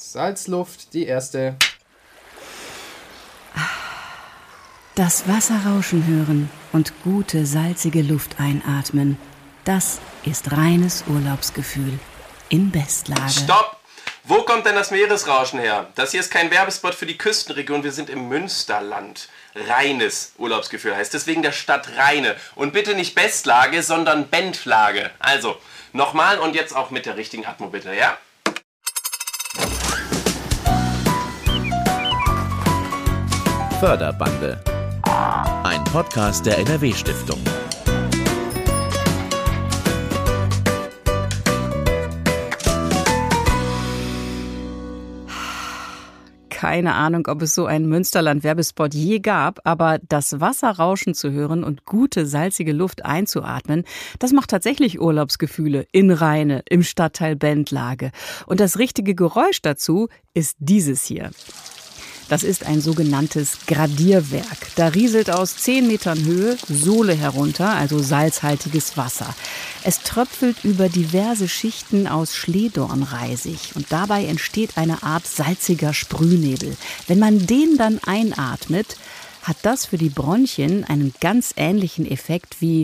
Salzluft, die erste. Das Wasser rauschen hören und gute, salzige Luft einatmen. Das ist reines Urlaubsgefühl in Bestlage. Stopp! Wo kommt denn das Meeresrauschen her? Das hier ist kein Werbespot für die Küstenregion, wir sind im Münsterland. Reines Urlaubsgefühl heißt deswegen der Stadt Rheine. Und bitte nicht Bestlage, sondern Bendlage. Also, nochmal und jetzt auch mit der richtigen Atmo bitte, ja? Förderbande. Ein Podcast der NRW-Stiftung. Keine Ahnung, ob es so einen Münsterland-Werbespot je gab, aber das Wasser rauschen zu hören und gute, salzige Luft einzuatmen, das macht tatsächlich Urlaubsgefühle in Rheine, im Stadtteil Bendlage. Und das richtige Geräusch dazu ist dieses hier. Das ist ein sogenanntes Gradierwerk. Da rieselt aus 10 Metern Höhe Sohle herunter, also salzhaltiges Wasser. Es tröpfelt über diverse Schichten aus Schlehdornreisig und dabei entsteht eine Art salziger Sprühnebel. Wenn man den dann einatmet, hat das für die Bronchien einen ganz ähnlichen Effekt wie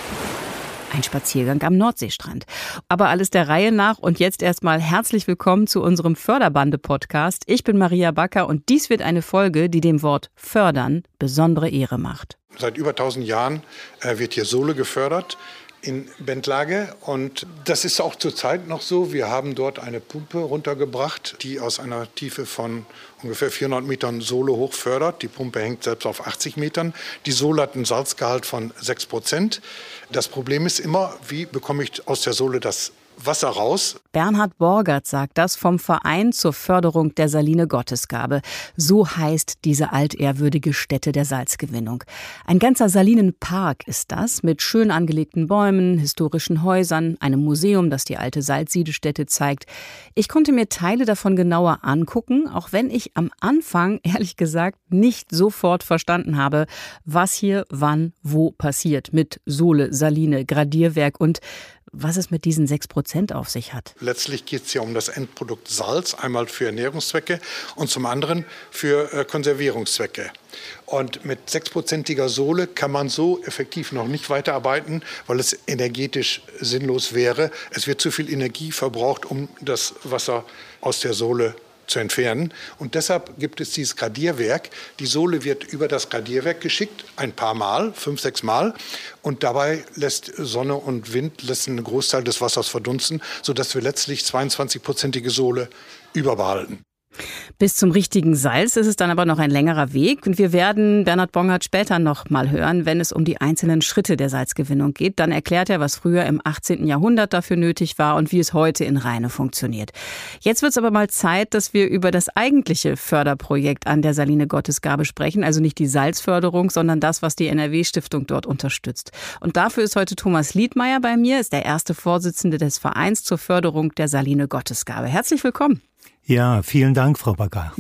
ein Spaziergang am Nordseestrand. Aber alles der Reihe nach und jetzt erstmal herzlich willkommen zu unserem Förderbande-Podcast. Ich bin Maria Backer und dies wird eine Folge, die dem Wort fördern besondere Ehre macht. Seit über 1000 Jahren wird hier Sohle gefördert in Bendlage und das ist auch zurzeit noch so. Wir haben dort eine Pumpe runtergebracht, die aus einer Tiefe von ungefähr 400 Metern Sohle hoch fördert. Die Pumpe hängt selbst auf 80 Metern. Die Sohle hat einen Salzgehalt von 6%. Das Problem ist immer, wie bekomme ich aus der Sohle das Wasser raus? Bernhard Borgert sagt das vom Verein zur Förderung der Saline Gottesgabe. So heißt diese altehrwürdige Stätte der Salzgewinnung. Ein ganzer Salinenpark ist das, mit schön angelegten Bäumen, historischen Häusern, einem Museum, das die alte Salzsiedestätte zeigt. Ich konnte mir Teile davon genauer angucken, auch wenn ich am Anfang, ehrlich gesagt, nicht sofort verstanden habe, was hier wann wo passiert mit Sohle, Saline, Gradierwerk und was es mit diesen 6% auf sich hat. Letztlich geht es ja um das Endprodukt Salz, einmal für Ernährungszwecke und zum anderen für Konservierungszwecke. Und mit 6%iger Sohle kann man so effektiv noch nicht weiterarbeiten, weil es energetisch sinnlos wäre. Es wird zu viel Energie verbraucht, um das Wasser aus der Sohle zu entfernen. Und deshalb gibt es dieses Gradierwerk. Die Sohle wird über das Gradierwerk geschickt, ein paar Mal, 5, 6 Mal. Und dabei lässt Sonne und Wind einen Großteil des Wassers verdunsten, sodass wir letztlich 22%ige Sohle überbehalten. Bis zum richtigen Salz ist es dann aber noch ein längerer Weg. Und wir werden Bernhard Borgert später noch mal hören, wenn es um die einzelnen Schritte der Salzgewinnung geht. Dann erklärt er, was früher im 18. Jahrhundert dafür nötig war und wie es heute in Rheine funktioniert. Jetzt wird es aber mal Zeit, dass wir über das eigentliche Förderprojekt an der Saline Gottesgabe sprechen. Also nicht die Salzförderung, sondern das, was die NRW-Stiftung dort unterstützt. Und dafür ist heute Thomas Liedmeier bei mir, ist der erste Vorsitzende des Vereins zur Förderung der Saline Gottesgabe. Herzlich willkommen. Ja, vielen Dank, Frau Backer.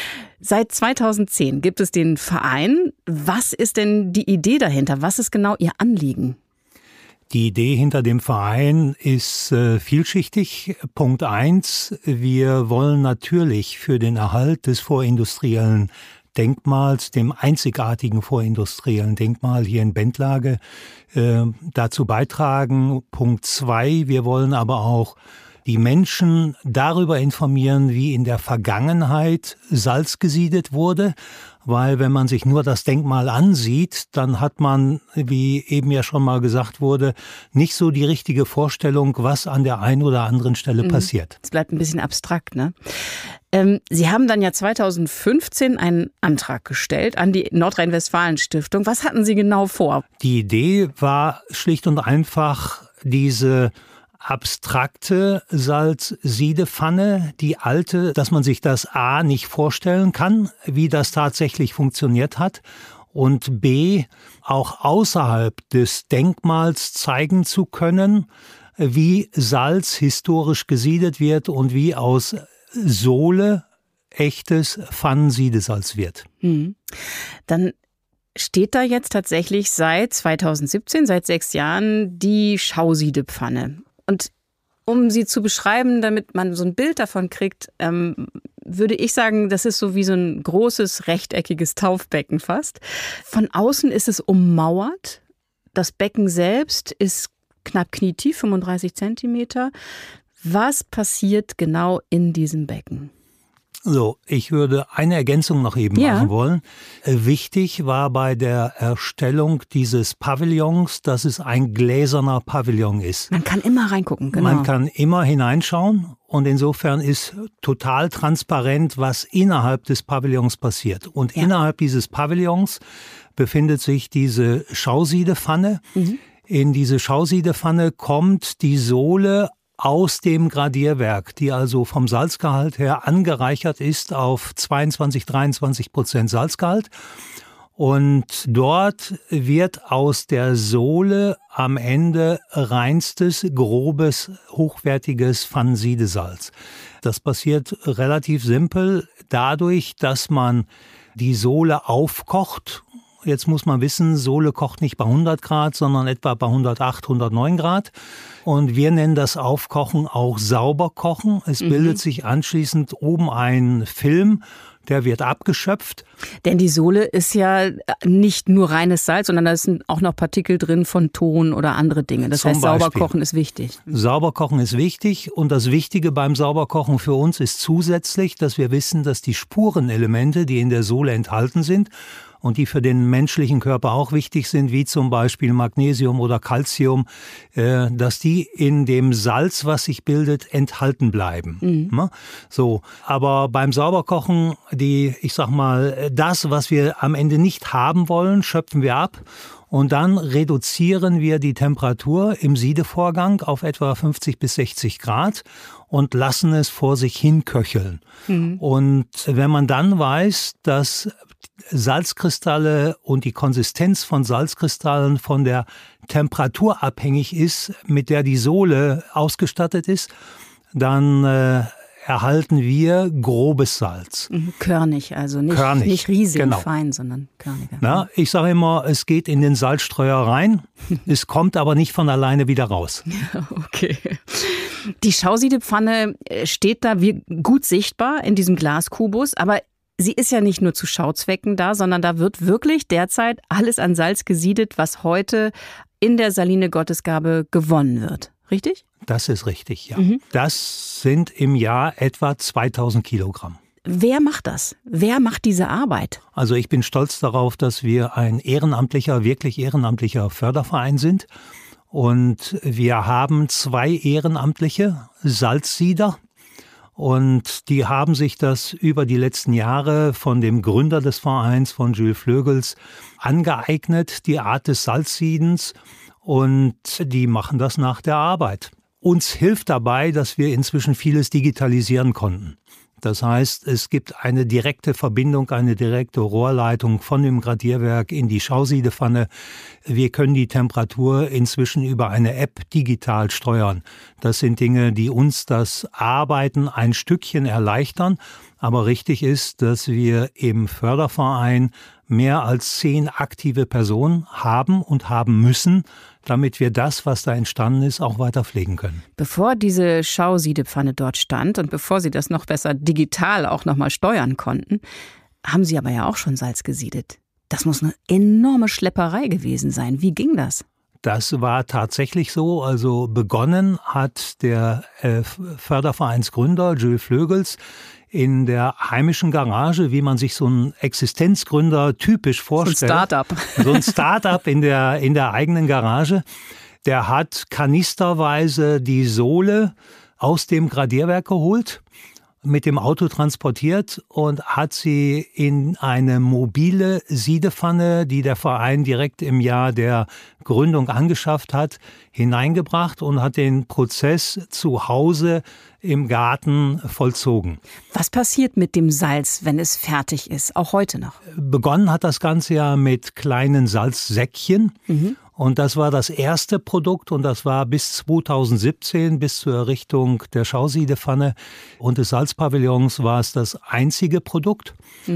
Seit 2010 gibt es den Verein. Was ist denn die Idee dahinter? Was ist genau Ihr Anliegen? Die Idee hinter dem Verein ist vielschichtig. Punkt 1, wir wollen natürlich für den Erhalt des vorindustriellen Denkmals, dem einzigartigen vorindustriellen Denkmal hier in Bendlage, dazu beitragen. Punkt 2, wir wollen aber auch die Menschen darüber informieren, wie in der Vergangenheit Salz gesiedet wurde. Weil wenn man sich nur das Denkmal ansieht, dann hat man, wie eben ja schon mal gesagt wurde, nicht so die richtige Vorstellung, was an der einen oder anderen Stelle passiert. Es bleibt ein bisschen abstrakt, ne? Sie haben dann ja 2015 einen Antrag gestellt an die Nordrhein-Westfalen-Stiftung. Was hatten Sie genau vor? Die Idee war schlicht und einfach diese abstrakte Salzsiedepfanne, die alte, dass man sich das A nicht vorstellen kann, wie das tatsächlich funktioniert hat, und B, auch außerhalb des Denkmals zeigen zu können, wie Salz historisch gesiedet wird und wie aus Sohle echtes Pfannensiedesalz wird. Dann steht da jetzt tatsächlich seit 2017, seit 6 Jahren, die Schausiedepfanne. Und um sie zu beschreiben, damit man so ein Bild davon kriegt, würde ich sagen, das ist so wie so ein großes, rechteckiges Taufbecken fast. Von außen ist es ummauert. Das Becken selbst ist knapp knietief, 35 Zentimeter. Was passiert genau in diesem Becken? So, ich würde eine Ergänzung noch eben machen wollen. Wichtig war bei der Erstellung dieses Pavillons, dass es ein gläserner Pavillon ist. Man kann immer reingucken, genau. Man kann immer hineinschauen und insofern ist total transparent, was innerhalb des Pavillons passiert. Und innerhalb dieses Pavillons befindet sich diese Schausiedepfanne. In diese Schausiedepfanne kommt die Sohle aus dem Gradierwerk, die also vom Salzgehalt her angereichert ist auf 22-23% Salzgehalt. Und dort wird aus der Sohle am Ende reinstes, grobes, hochwertiges Pfannensiedesalz. Das passiert relativ simpel dadurch, dass man die Sohle aufkocht. Jetzt muss man wissen, Sohle kocht nicht bei 100 Grad, sondern etwa bei 108, 109 Grad. Und wir nennen das Aufkochen auch sauber kochen. Es bildet sich anschließend oben ein Film, der wird abgeschöpft. Denn die Sohle ist ja nicht nur reines Salz, sondern da sind auch noch Partikel drin von Ton oder andere Dinge. Das heißt, sauber kochen ist wichtig. Sauber kochen ist wichtig und das Wichtige beim Sauberkochen für uns ist zusätzlich, dass wir wissen, dass die Spurenelemente, die in der Sohle enthalten sind, und die für den menschlichen Körper auch wichtig sind, wie zum Beispiel Magnesium oder Calcium, dass die in dem Salz, was sich bildet, enthalten bleiben. So, aber beim Sauberkochen, das, was wir am Ende nicht haben wollen, schöpfen wir ab. Und dann reduzieren wir die Temperatur im Siedevorgang auf etwa 50 bis 60 Grad und lassen es vor sich hin köcheln. Und wenn man dann weiß, dass Salzkristalle und die Konsistenz von Salzkristallen von der Temperatur abhängig ist, mit der die Sohle ausgestattet ist, dann erhalten wir grobes Salz. Körnig, also nicht riesig fein, sondern körniger. Ich sage immer, es geht in den Salzstreuer rein, es kommt aber nicht von alleine wieder raus. Okay. Die Schausiedepfanne steht da wie gut sichtbar in diesem Glaskubus, aber sie ist ja nicht nur zu Schauzwecken da, sondern da wird wirklich derzeit alles an Salz gesiedet, was heute in der Saline Gottesgabe gewonnen wird. Richtig? Das ist richtig, ja. Das sind im Jahr etwa 2000 Kilogramm. Wer macht das? Wer macht diese Arbeit? Also ich bin stolz darauf, dass wir ein wirklich ehrenamtlicher Förderverein sind. Und wir haben 2 ehrenamtliche Salzsieder. Und die haben sich das über die letzten Jahre von dem Gründer des Vereins, von Jules Flögels, angeeignet, die Art des Salzsiedens. Und die machen das nach der Arbeit. Uns hilft dabei, dass wir inzwischen vieles digitalisieren konnten. Das heißt, es gibt eine direkte Verbindung, eine direkte Rohrleitung von dem Gradierwerk in die Schausiedepfanne. Wir können die Temperatur inzwischen über eine App digital steuern. Das sind Dinge, die uns das Arbeiten ein Stückchen erleichtern. Aber richtig ist, dass wir im Förderverein mehr als 10 aktive Personen haben und haben müssen, damit wir das, was da entstanden ist, auch weiter pflegen können. Bevor diese Schausiedepfanne dort stand und bevor Sie das noch besser digital auch noch mal steuern konnten, haben Sie aber ja auch schon Salz gesiedet. Das muss eine enorme Schlepperei gewesen sein. Wie ging das? Das war tatsächlich so. Also begonnen hat der Fördervereinsgründer Jules Flögels in der heimischen Garage, wie man sich so einen Existenzgründer typisch vorstellt. So ein Start-up. So ein Start-up in der eigenen Garage. Der hat kanisterweise die Sohle aus dem Gradierwerk geholt, mit dem Auto transportiert und hat sie in eine mobile Siedepfanne, die der Verein direkt im Jahr der Gründung angeschafft hat, hineingebracht und hat den Prozess zu Hause im Garten vollzogen. Was passiert mit dem Salz, wenn es fertig ist, auch heute noch? Begonnen hat das Ganze ja mit kleinen Salzsäckchen. Und das war das erste Produkt und das war bis 2017, bis zur Errichtung der Schausiedepfanne und des Salzpavillons war es das einzige Produkt.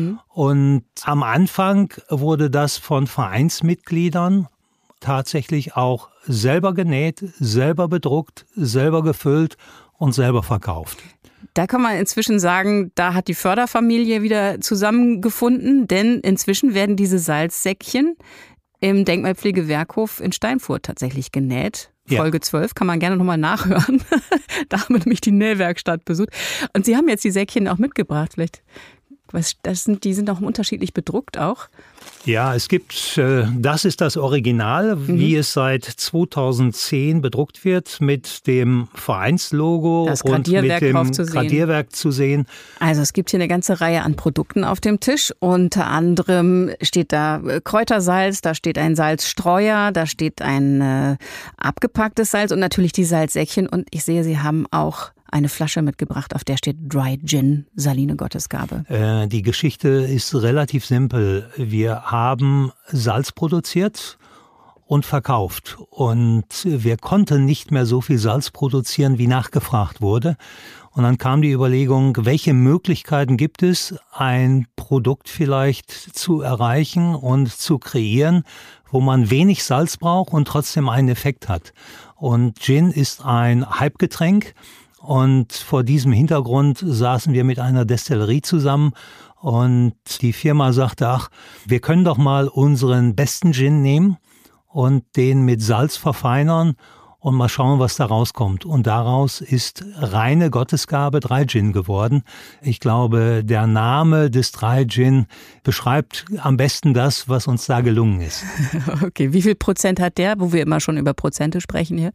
Und am Anfang wurde das von Vereinsmitgliedern tatsächlich auch selber genäht, selber bedruckt, selber gefüllt und selber verkauft. Da kann man inzwischen sagen, da hat die Förderfamilie wieder zusammengefunden, denn inzwischen werden diese Salzsäckchen im Denkmalpflegewerkhof in Steinfurt tatsächlich genäht. Ja. Folge 12 kann man gerne nochmal nachhören. Da haben wir nämlich die Nähwerkstatt besucht. Und Sie haben jetzt die Säckchen auch mitgebracht. Vielleicht, die sind auch unterschiedlich bedruckt auch. Ja, es gibt, das ist das Original, wie es seit 2010 bedruckt wird, mit dem Vereinslogo und mit dem Gradierwerk zu sehen. Also es gibt hier eine ganze Reihe an Produkten auf dem Tisch. Unter anderem steht da Kräutersalz, da steht ein Salzstreuer, da steht ein abgepacktes Salz und natürlich die Salzsäckchen. Und ich sehe, Sie haben auch eine Flasche mitgebracht, auf der steht Dry Gin, Saline Gottesgabe. Die Geschichte ist relativ simpel. Wir haben Salz produziert und verkauft. Und wir konnten nicht mehr so viel Salz produzieren, wie nachgefragt wurde. Und dann kam die Überlegung, welche Möglichkeiten gibt es, ein Produkt vielleicht zu erreichen und zu kreieren, wo man wenig Salz braucht und trotzdem einen Effekt hat. Und Gin ist ein Hypegetränk. Und vor diesem Hintergrund saßen wir mit einer Destillerie zusammen und die Firma sagte, ach, wir können doch mal unseren besten Gin nehmen und den mit Salz verfeinern und mal schauen, was da rauskommt. Und daraus ist reine Gottesgabe Dry Gin geworden. Ich glaube, der Name des Dry Gin beschreibt am besten das, was uns da gelungen ist. Okay, wie viel Prozent hat der, wo wir immer schon über Prozente sprechen hier?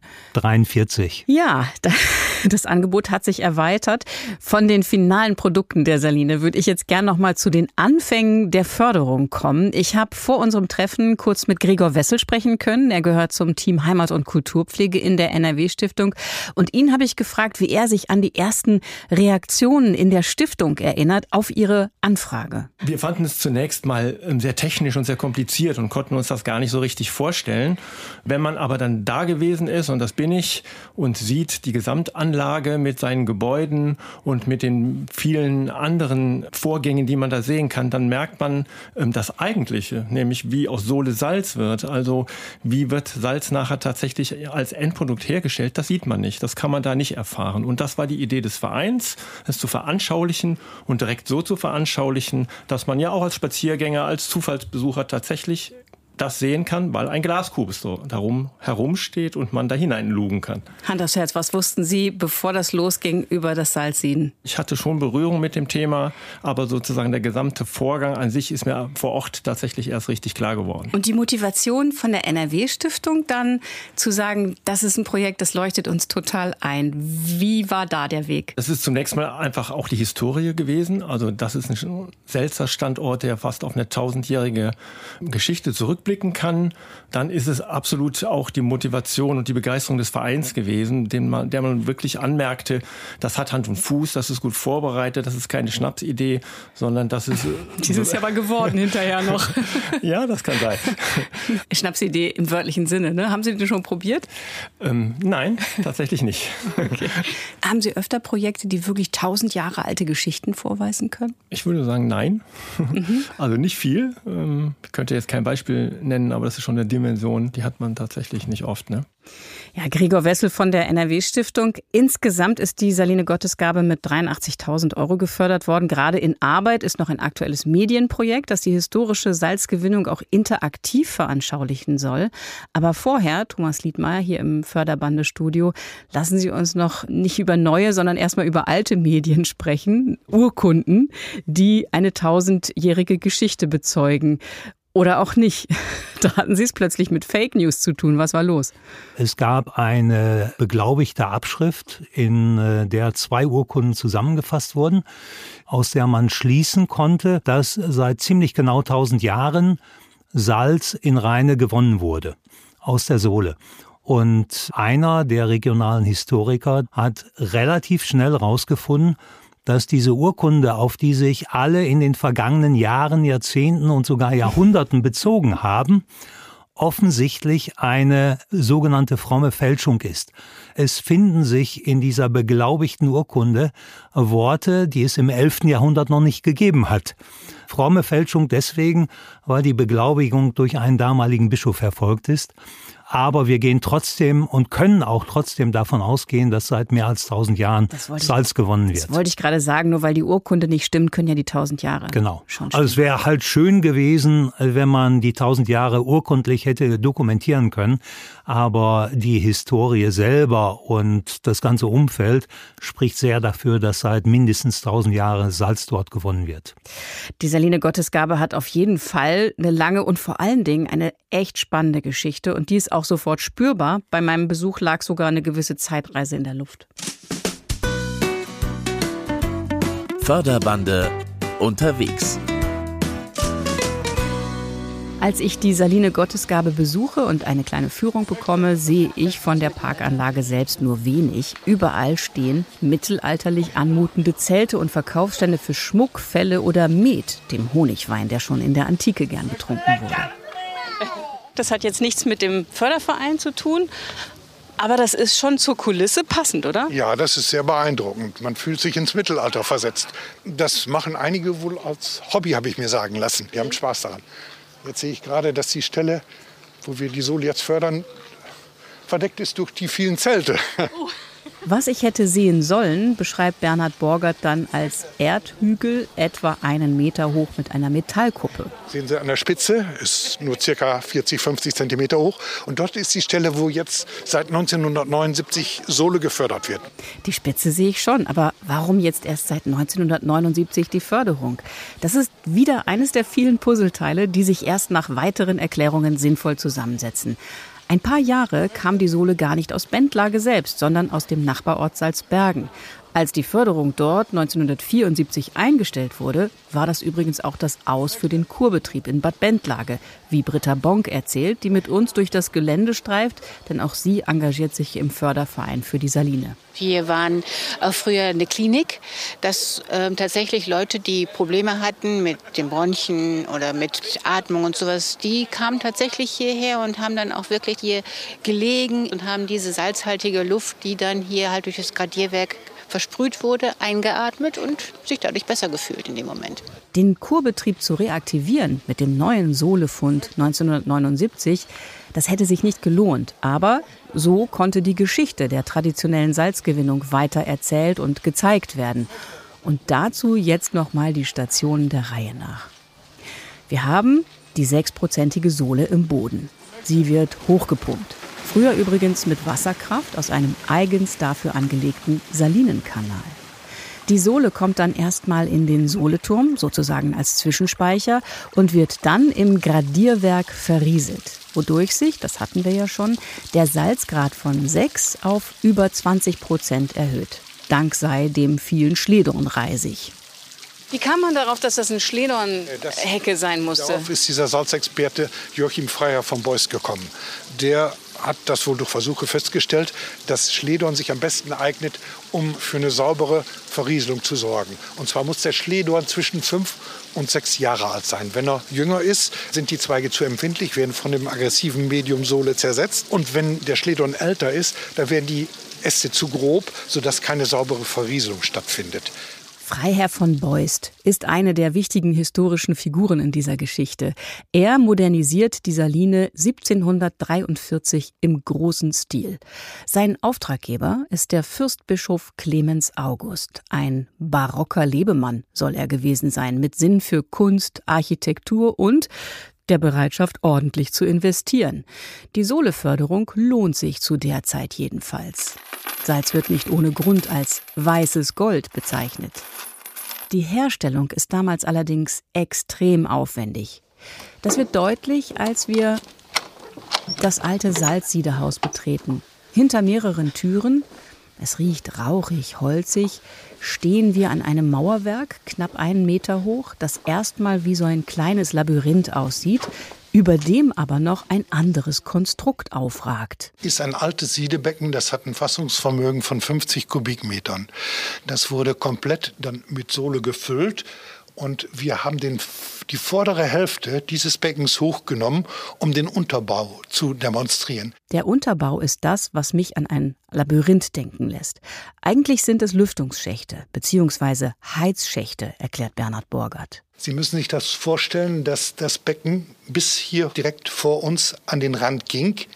43. Ja, das Angebot hat sich erweitert. Von den finalen Produkten der Saline würde ich jetzt gern noch mal zu den Anfängen der Förderung kommen. Ich habe vor unserem Treffen kurz mit Gregor Wessel sprechen können. Er gehört zum Team Heimat- und Kulturpflege in der NRW-Stiftung. Und ihn habe ich gefragt, wie er sich an die ersten Reaktionen in der Stiftung erinnert auf ihre Anfrage. Wir fanden es zunächst mal sehr technisch und sehr kompliziert und konnten uns das gar nicht so richtig vorstellen. Wenn man aber dann da gewesen ist, und das bin ich, und sieht die Gesamtanlage mit seinen Gebäuden und mit den vielen anderen Vorgängen, die man da sehen kann, dann merkt man das Eigentliche, nämlich wie aus Sohle Salz wird. Also wie wird Salz nachher tatsächlich als Endprodukt hergestellt, das sieht man nicht. Das kann man da nicht erfahren. Und das war die Idee des Vereins, es zu veranschaulichen und direkt so zu veranschaulichen, dass man ja auch als Spaziergänger, als Zufallsbesucher tatsächlich das sehen kann, weil ein Glaskubus so darum herumsteht und man da hineinlugen kann. Hand aufs Herz, was wussten Sie, bevor das losging, über das Salzsieden? Ich hatte schon Berührung mit dem Thema, aber sozusagen der gesamte Vorgang an sich ist mir vor Ort tatsächlich erst richtig klar geworden. Und die Motivation von der NRW-Stiftung dann zu sagen, das ist ein Projekt, das leuchtet uns total ein. Wie war da der Weg? Es ist zunächst mal einfach auch die Historie gewesen. Also das ist ein Selzer-Standort, der fast auf eine 1000-jährige Geschichte zurückblickt. Kann, dann ist es absolut auch die Motivation und die Begeisterung des Vereins gewesen, der man wirklich anmerkte, das hat Hand und Fuß, das ist gut vorbereitet, das ist keine Schnapsidee, sondern das ist... Die ist ja aber geworden hinterher noch. Ja, das kann sein. Schnapsidee im wörtlichen Sinne, ne? Haben Sie den schon probiert? Nein, tatsächlich nicht. Okay. Haben Sie öfter Projekte, die wirklich 1000 Jahre alte Geschichten vorweisen können? Ich würde sagen, nein. Also nicht viel. Ich könnte jetzt kein Beispiel nennen, aber das ist schon eine Dimension, die hat man tatsächlich nicht oft, ne? Ja, Gregor Wessel von der NRW-Stiftung. Insgesamt ist die Saline Gottesgabe mit 83.000 € gefördert worden. Gerade in Arbeit ist noch ein aktuelles Medienprojekt, das die historische Salzgewinnung auch interaktiv veranschaulichen soll. Aber vorher, Thomas Liedmeier hier im Förderbandestudio, lassen Sie uns noch nicht über neue, sondern erstmal über alte Medien sprechen. Urkunden, die eine 1000-jährige Geschichte bezeugen. Oder auch nicht. Da hatten Sie es plötzlich mit Fake News zu tun. Was war los? Es gab eine beglaubigte Abschrift, in der 2 Urkunden zusammengefasst wurden, aus der man schließen konnte, dass seit ziemlich genau 1000 Jahren Salz in Rheine gewonnen wurde, aus der Sohle. Und einer der regionalen Historiker hat relativ schnell rausgefunden, dass diese Urkunde, auf die sich alle in den vergangenen Jahren, Jahrzehnten und sogar Jahrhunderten bezogen haben, offensichtlich eine sogenannte fromme Fälschung ist. Es finden sich in dieser beglaubigten Urkunde Worte, die es im 11. Jahrhundert noch nicht gegeben hat. Fromme Fälschung deswegen, weil die Beglaubigung durch einen damaligen Bischof erfolgt ist. Aber wir gehen trotzdem und können auch trotzdem davon ausgehen, dass seit mehr als 1000 Jahren Salz gewonnen wird. Das wollte ich gerade sagen, nur weil die Urkunde nicht stimmt, können ja die 1000 Jahre genau. schon stimmen. Also es wäre halt schön gewesen, wenn man die 1000 Jahre urkundlich hätte dokumentieren können. Aber die Historie selber und das ganze Umfeld spricht sehr dafür, dass seit mindestens 1000 Jahren Salz dort gewonnen wird. Die Saline Gottesgabe hat auf jeden Fall eine lange und vor allen Dingen eine echt spannende Geschichte. Und die ist auch sofort spürbar. Bei meinem Besuch lag sogar eine gewisse Zeitreise in der Luft. Förderbande unterwegs. Als ich die Saline Gottesgabe besuche und eine kleine Führung bekomme, sehe ich von der Parkanlage selbst nur wenig. Überall stehen mittelalterlich anmutende Zelte und Verkaufsstände für Schmuck, Felle oder Met, dem Honigwein, der schon in der Antike gern getrunken wurde. Das hat jetzt nichts mit dem Förderverein zu tun, aber das ist schon zur Kulisse passend, oder? Ja, das ist sehr beeindruckend. Man fühlt sich ins Mittelalter versetzt. Das machen einige wohl als Hobby, habe ich mir sagen lassen. Die haben Spaß daran. Jetzt sehe ich gerade, dass die Stelle, wo wir die Sohle jetzt fördern, verdeckt ist durch die vielen Zelte. Was ich hätte sehen sollen, beschreibt Bernhard Borgert dann als Erdhügel, etwa 1 Meter hoch mit einer Metallkuppe. Sehen Sie an der Spitze, ist nur ca. 40, 50 Zentimeter hoch. Und dort ist die Stelle, wo jetzt seit 1979 Sohle gefördert wird. Die Spitze sehe ich schon, aber warum jetzt erst seit 1979 die Förderung? Das ist wieder eines der vielen Puzzleteile, die sich erst nach weiteren Erklärungen sinnvoll zusammensetzen. Ein paar Jahre kam die Sohle gar nicht aus Bendlage selbst, sondern aus dem Nachbarort Salzbergen. Als die Förderung dort 1974 eingestellt wurde, war das übrigens auch das Aus für den Kurbetrieb in Bad Bendlage, wie Britta Bonk erzählt, die mit uns durch das Gelände streift, denn auch sie engagiert sich im Förderverein für die Saline. Hier waren früher eine Klinik, dass tatsächlich Leute, die Probleme hatten mit den Bronchien oder mit Atmung und sowas, die kamen tatsächlich hierher und haben dann auch wirklich hier gelegen und haben diese salzhaltige Luft, die dann hier halt durch das Gradierwerk versprüht wurde, eingeatmet und sich dadurch besser gefühlt in dem Moment. Den Kurbetrieb zu reaktivieren mit dem neuen Sohlefund 1979, das hätte sich nicht gelohnt. Aber so konnte die Geschichte der traditionellen Salzgewinnung weiter erzählt und gezeigt werden. Und dazu jetzt nochmal die Stationen der Reihe nach. Wir haben die 6%ige Sohle im Boden. Sie wird hochgepumpt. Früher übrigens mit Wasserkraft aus einem eigens dafür angelegten Salinenkanal. Die Sohle kommt dann erstmal in den Sohleturm, sozusagen als Zwischenspeicher, und wird dann im Gradierwerk verrieselt. Wodurch sich, das hatten wir ja schon, der Salzgrad von 6 auf über 20% erhöht. Dank sei dem vielen Schledornreisig. Wie kam man darauf, dass das eine Schledornhecke sein musste? Darauf ist dieser Salzexperte Joachim Freiherr von Beust gekommen. Der hat das wohl durch Versuche festgestellt, dass Schledorn sich am besten eignet, um für eine saubere Verrieselung zu sorgen. Und zwar muss der Schledorn zwischen 5 und 6 Jahre alt sein. Wenn er jünger ist, sind die Zweige zu empfindlich, werden von dem aggressiven Medium Sohle zersetzt. Und wenn der Schledorn älter ist, dann werden die Äste zu grob, sodass keine saubere Verrieselung stattfindet. Freiherr von Beust ist eine der wichtigen historischen Figuren in dieser Geschichte. Er modernisiert die Saline 1743 im großen Stil. Sein Auftraggeber ist der Fürstbischof Clemens August. Ein barocker Lebemann soll er gewesen sein, mit Sinn für Kunst, Architektur und der Bereitschaft, ordentlich zu investieren. Die Sohleförderung lohnt sich zu der Zeit jedenfalls. Salz wird nicht ohne Grund als weißes Gold bezeichnet. Die Herstellung ist damals allerdings extrem aufwendig. Das wird deutlich, als wir das alte Salzsiedehaus betreten. Hinter mehreren Türen, es riecht rauchig, holzig, stehen wir an einem Mauerwerk, knapp 1 Meter hoch, das erstmal wie so ein kleines Labyrinth aussieht, über dem aber noch ein anderes Konstrukt aufragt. Ist ein altes Siedebecken, das hat ein Fassungsvermögen von 50 Kubikmetern. Das wurde komplett dann mit Sohle gefüllt. Und wir haben die vordere Hälfte dieses Beckens hochgenommen, um den Unterbau zu demonstrieren. Der Unterbau ist das, was mich an ein Labyrinth denken lässt. Eigentlich sind es Lüftungsschächte bzw. Heizschächte, erklärt Bernhard Borgert. Sie müssen sich das vorstellen, dass das Becken bis hier direkt vor uns an den Rand ging.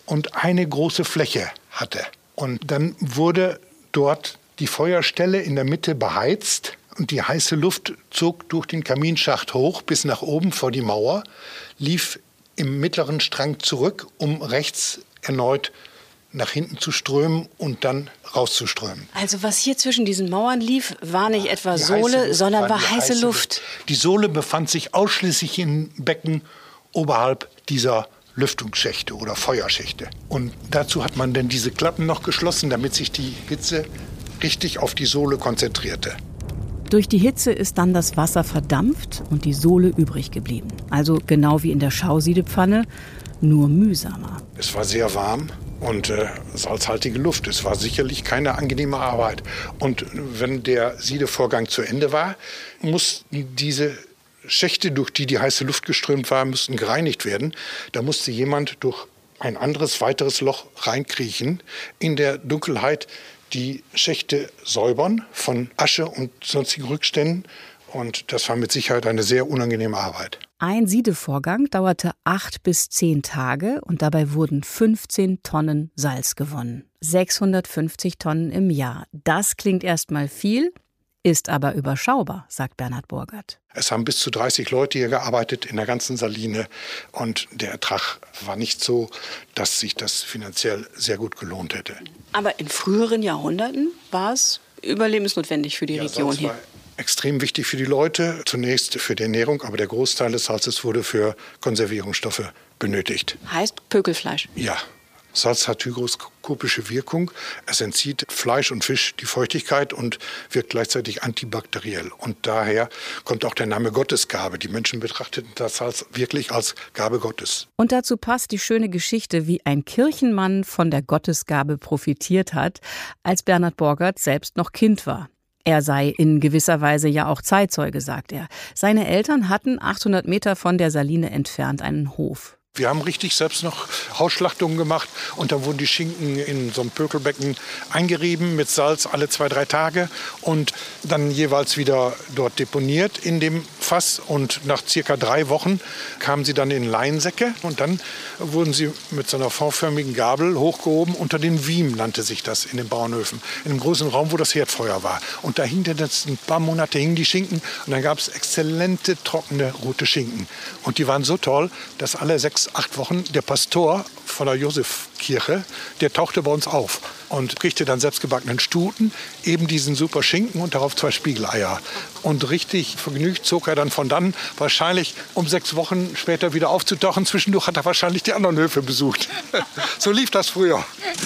und eine große Fläche hatte. Und dann wurde dort die Feuerstelle in der Mitte beheizt und die heiße Luft zog durch den Kaminschacht hoch bis nach oben vor die Mauer, lief im mittleren Strang zurück, um rechts erneut nach hinten zu strömen und dann rauszuströmen. Also was hier zwischen diesen Mauern lief, war nicht etwa Sohle, sondern war heiße Luft. Die Sohle befand sich ausschließlich in Becken oberhalb dieser Lüftungsschächte oder Feuerschächte. Und dazu hat man dann diese Klappen noch geschlossen, damit sich die Hitze richtig auf die Sohle konzentrierte. Durch die Hitze ist dann das Wasser verdampft und die Sohle übrig geblieben. Also genau wie in der Schausiedepanne, nur mühsamer. Es war sehr warm und salzhaltige Luft. Es war sicherlich keine angenehme Arbeit. Und wenn der Siedevorgang zu Ende war, mussten diese Schächte, durch die die heiße Luft geströmt war, mussten gereinigt werden. Da musste jemand durch ein anderes, weiteres Loch reinkriechen, in der Dunkelheit die Schächte säubern von Asche und sonstigen Rückständen. Und das war mit Sicherheit eine sehr unangenehme Arbeit. Ein Siedevorgang dauerte 8 bis 10 Tage und dabei wurden 15 Tonnen Salz gewonnen. 650 Tonnen im Jahr. Das klingt erstmal viel, ist aber überschaubar, sagt Bernhard Burgert. Es haben bis zu 30 Leute hier gearbeitet in der ganzen Saline und der Ertrag war nicht so, dass sich das finanziell sehr gut gelohnt hätte. Aber in früheren Jahrhunderten war es überlebensnotwendig für die Region hier. Extrem wichtig für die Leute, zunächst für die Ernährung, aber der Großteil des Salzes wurde für Konservierungsstoffe benötigt. Heißt Pökelfleisch? Ja. Salz hat hygroskopische Wirkung. Es entzieht Fleisch und Fisch die Feuchtigkeit und wirkt gleichzeitig antibakteriell. Und daher kommt auch der Name Gottesgabe. Die Menschen betrachteten das Salz wirklich als Gabe Gottes. Und dazu passt die schöne Geschichte, wie ein Kirchenmann von der Gottesgabe profitiert hat, als Bernhard Burgert selbst noch Kind war. Er sei in gewisser Weise ja auch Zeitzeuge, sagt er. Seine Eltern hatten 800 Meter von der Saline entfernt einen Hof. Wir haben richtig selbst noch Hausschlachtungen gemacht und da wurden die Schinken in so einem Pökelbecken eingerieben mit Salz alle 2-3 Tage und dann jeweils wieder dort deponiert in dem Fass und nach circa 3 Wochen kamen sie dann in Leinsäcke und dann wurden sie mit so einer V-förmigen Gabel hochgehoben. Unter den Wiem nannte sich das in den Bauernhöfen, in einem großen Raum, wo das Herdfeuer war. Und da hing das ein paar Monate hingen die Schinken und dann gab es exzellente trockene rote Schinken und die waren so toll, dass alle 6-8 Wochen der Pastor von der Josefkirche, der tauchte bei uns auf und kriegte dann selbstgebackenen Stuten, eben diesen super Schinken und darauf 2 Spiegeleier. Und richtig vergnügt zog er dann von dann, wahrscheinlich um 6 Wochen später wieder aufzutauchen. Zwischendurch hat er wahrscheinlich die anderen Höfe besucht. So lief das früher.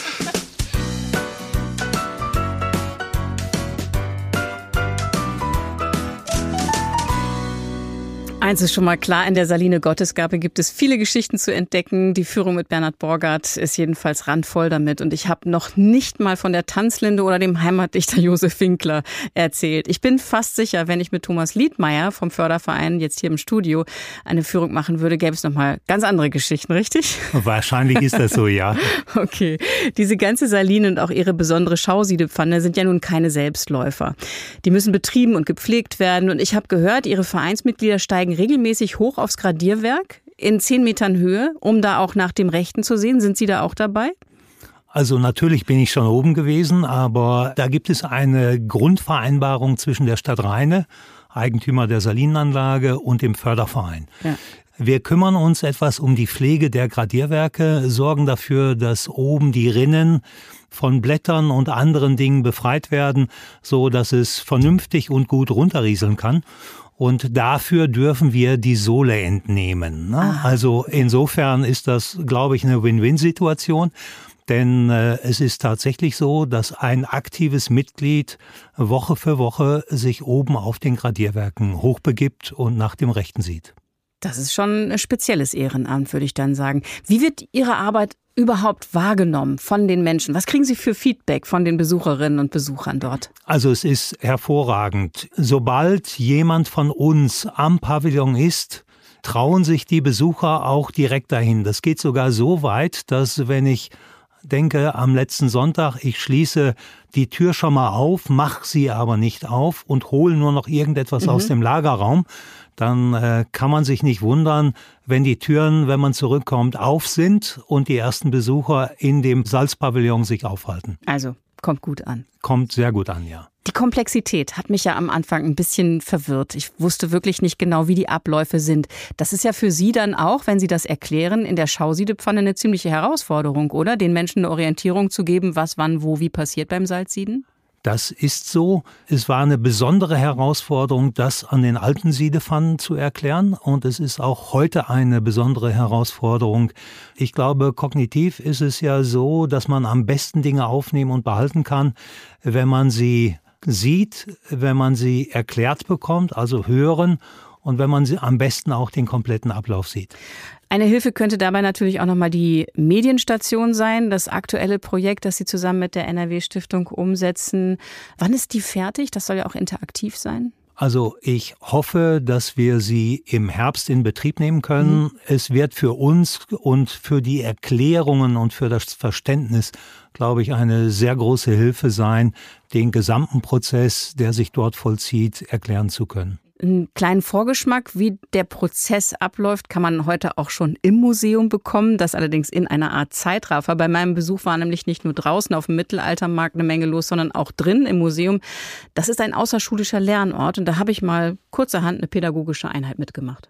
Eins ist schon mal klar, in der Saline Gottesgabe gibt es viele Geschichten zu entdecken. Die Führung mit Bernhard Burgert ist jedenfalls randvoll damit. Und ich habe noch nicht mal von der Tanzlinde oder dem Heimatdichter Josef Winkler erzählt. Ich bin fast sicher, wenn ich mit Thomas Liedmeier vom Förderverein jetzt hier im Studio eine Führung machen würde, gäbe es noch mal ganz andere Geschichten, richtig? Wahrscheinlich ist das so, ja. Okay. Diese ganze Saline und auch ihre besondere Schausiedepfanne sind ja nun keine Selbstläufer. Die müssen betrieben und gepflegt werden. Und ich habe gehört, ihre Vereinsmitglieder steigen regelmäßig hoch aufs Gradierwerk in 10 Metern Höhe, um da auch nach dem Rechten zu sehen. Sind Sie da auch dabei? Also natürlich bin ich schon oben gewesen, aber da gibt es eine Grundvereinbarung zwischen der Stadt Rheine, Eigentümer der Salinenanlage, und dem Förderverein. Ja. Wir kümmern uns etwas um die Pflege der Gradierwerke, sorgen dafür, dass oben die Rinnen von Blättern und anderen Dingen befreit werden, so dass es vernünftig und gut runterrieseln kann. Und dafür dürfen wir die Sohle entnehmen. Ne? Also insofern ist das, glaube ich, eine Win-Win-Situation. Denn es ist tatsächlich so, dass ein aktives Mitglied Woche für Woche sich oben auf den Gradierwerken hochbegibt und nach dem Rechten sieht. Das ist schon ein spezielles Ehrenamt, würde ich dann sagen. Wie wird Ihre Arbeit überhaupt wahrgenommen von den Menschen? Was kriegen Sie für Feedback von den Besucherinnen und Besuchern dort? Also es ist hervorragend. Sobald jemand von uns am Pavillon ist, trauen sich die Besucher auch direkt dahin. Das geht sogar so weit, dass wenn ich denke am letzten Sonntag, ich schließe die Tür schon mal auf, mache sie aber nicht auf und hole nur noch irgendetwas aus dem Lagerraum, dann kann man sich nicht wundern, wenn die Türen, wenn man zurückkommt, auf sind und die ersten Besucher in dem Salzpavillon sich aufhalten. Also, kommt gut an. Kommt sehr gut an, ja. Die Komplexität hat mich ja am Anfang ein bisschen verwirrt. Ich wusste wirklich nicht genau, wie die Abläufe sind. Das ist ja für Sie dann auch, wenn Sie das erklären, in der Schausiedepfanne eine ziemliche Herausforderung, oder? Den Menschen eine Orientierung zu geben, was, wann, wo, wie passiert beim Salzsieden? Das ist so. Es war eine besondere Herausforderung, das an den alten Siedepfannen zu erklären. Und es ist auch heute eine besondere Herausforderung. Ich glaube, kognitiv ist es ja so, dass man am besten Dinge aufnehmen und behalten kann, wenn man sie sieht, wenn man sie erklärt bekommt, also hören, und wenn man sie am besten auch den kompletten Ablauf sieht. Eine Hilfe könnte dabei natürlich auch nochmal die Medienstation sein, das aktuelle Projekt, das Sie zusammen mit der NRW-Stiftung umsetzen. Wann ist die fertig? Das soll ja auch interaktiv sein. Also ich hoffe, dass wir sie im Herbst in Betrieb nehmen können. Es wird für uns und für die Erklärungen und für das Verständnis, glaube ich, eine sehr große Hilfe sein, den gesamten Prozess, der sich dort vollzieht, erklären zu können. Einen kleinen Vorgeschmack, wie der Prozess abläuft, kann man heute auch schon im Museum bekommen. Das allerdings in einer Art Zeitraffer. Bei meinem Besuch war nämlich nicht nur draußen auf dem Mittelaltermarkt eine Menge los, sondern auch drin im Museum. Das ist ein außerschulischer Lernort und da habe ich mal kurzerhand eine pädagogische Einheit mitgemacht.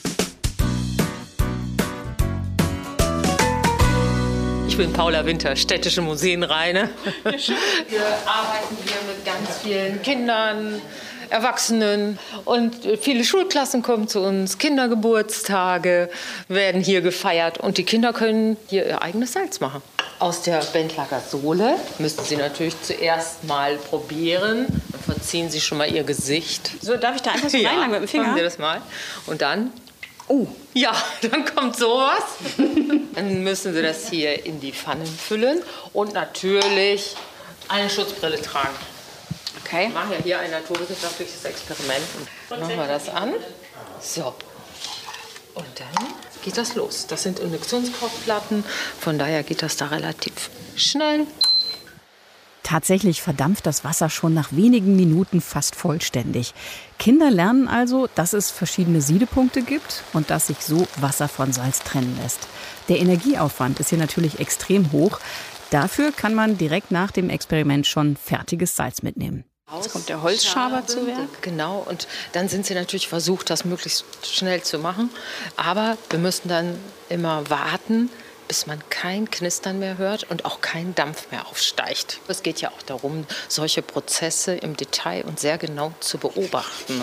Ich bin Paula Winter, Städtische Museen Rheine. Wir arbeiten hier mit ganz vielen Kindern, Erwachsenen und viele Schulklassen kommen zu uns. Kindergeburtstage werden hier gefeiert und die Kinder können hier ihr eigenes Salz machen. Aus der Bentlager Sohle müssen Sie natürlich zuerst mal probieren. Dann verziehen Sie schon mal Ihr Gesicht. So, darf ich da einfach so reinlangen mit dem Finger? Machen Sie das mal. Und dann... ja, dann kommt sowas. Dann müssen Sie das hier in die Pfannen füllen und natürlich eine Schutzbrille tragen. Okay. Wir machen ja hier ein naturwissenschaftliches Experiment. Machen wir das an. So. Und dann geht das los. Das sind Induktionskochplatten, von daher geht das da relativ schnell. Tatsächlich verdampft das Wasser schon nach wenigen Minuten fast vollständig. Kinder lernen also, dass es verschiedene Siedepunkte gibt und dass sich so Wasser von Salz trennen lässt. Der Energieaufwand ist hier natürlich extrem hoch. Dafür kann man direkt nach dem Experiment schon fertiges Salz mitnehmen. Jetzt kommt der Holzschaber zu Werk. Genau, und dann sind sie natürlich versucht, das möglichst schnell zu machen. Aber wir müssen dann immer warten, bis man kein Knistern mehr hört und auch kein Dampf mehr aufsteigt. Es geht ja auch darum, solche Prozesse im Detail und sehr genau zu beobachten.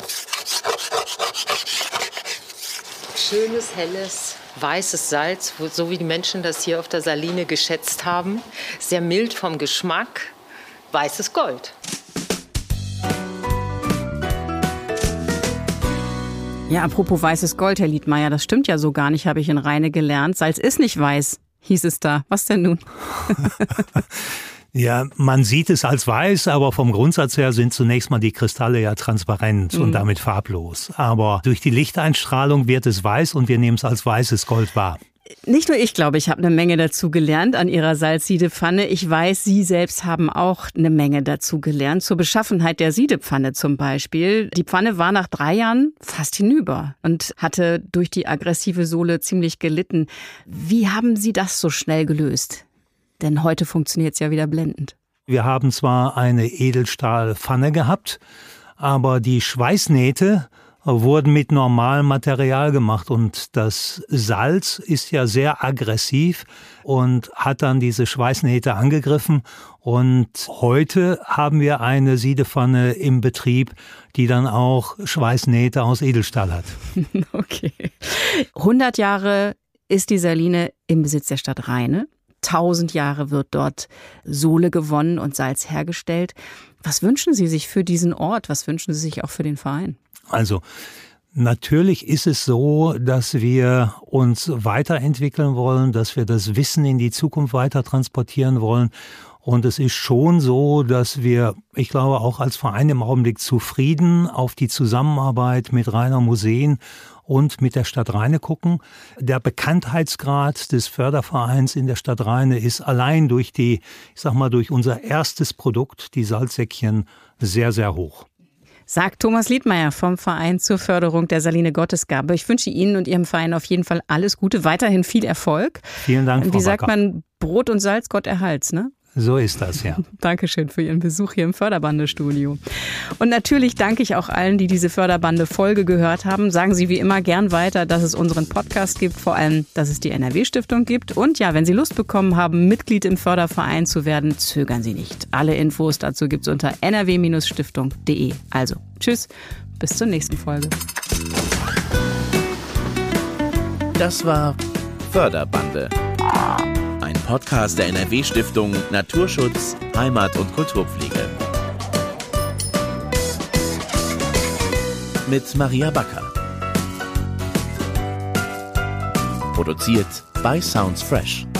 Schönes, helles, weißes Salz, so wie die Menschen das hier auf der Saline geschätzt haben. Sehr mild vom Geschmack, weißes Gold. Ja, apropos weißes Gold, Herr Liedmayer, das stimmt ja so gar nicht, habe ich in Rheine gelernt. Salz ist nicht weiß, hieß es da. Was denn nun? Ja, man sieht es als weiß, aber vom Grundsatz her sind zunächst mal die Kristalle ja transparent und damit farblos. Aber durch die Lichteinstrahlung wird es weiß und wir nehmen es als weißes Gold wahr. Nicht nur ich, glaube ich, habe eine Menge dazu gelernt an Ihrer Salzsiedepfanne. Ich weiß, Sie selbst haben auch eine Menge dazu gelernt. Zur Beschaffenheit der Siedepfanne zum Beispiel. Die Pfanne war nach 3 Jahren fast hinüber und hatte durch die aggressive Sohle ziemlich gelitten. Wie haben Sie das so schnell gelöst? Denn heute funktioniert es ja wieder blendend. Wir haben zwar eine Edelstahlpfanne gehabt, aber die Schweißnähte wurden mit normalem Material gemacht und das Salz ist ja sehr aggressiv und hat dann diese Schweißnähte angegriffen und heute haben wir eine Siedepfanne im Betrieb, die dann auch Schweißnähte aus Edelstahl hat. Okay. 100 Jahre ist die Saline im Besitz der Stadt Rheine. 1000 Jahre wird dort Sohle gewonnen und Salz hergestellt. Was wünschen Sie sich für diesen Ort? Was wünschen Sie sich auch für den Verein? Also Natürlich ist es so, dass wir uns weiterentwickeln wollen, dass wir das Wissen in die Zukunft weiter transportieren wollen. Und es ist schon so, dass wir, ich glaube, auch als Verein im Augenblick zufrieden auf die Zusammenarbeit mit Rheiner Museen und mit der Stadt Rheine gucken. Der Bekanntheitsgrad des Fördervereins in der Stadt Rheine ist allein durch durch unser erstes Produkt, die Salzsäckchen, sehr, sehr hoch. Sagt Thomas Liedmeier vom Verein zur Förderung der Saline Gottesgabe. Ich wünsche Ihnen und Ihrem Verein auf jeden Fall alles Gute, weiterhin viel Erfolg. Vielen Dank, Frau Wie sagt Backer. man, Brot und Salz, Gott erhalt's, ne? So ist das, ja. Dankeschön für Ihren Besuch hier im Förderbande-Studio. Und natürlich danke ich auch allen, die diese Förderbande-Folge gehört haben. Sagen Sie wie immer gern weiter, dass es unseren Podcast gibt, vor allem, dass es die NRW-Stiftung gibt. Und ja, wenn Sie Lust bekommen haben, Mitglied im Förderverein zu werden, zögern Sie nicht. Alle Infos dazu gibt's unter nrw-stiftung.de. Also, tschüss, bis zur nächsten Folge. Das war Förderbande. Ein Podcast der NRW-Stiftung Naturschutz, Heimat und Kulturpflege. Mit Maria Backer. Produziert bei Sounds Fresh.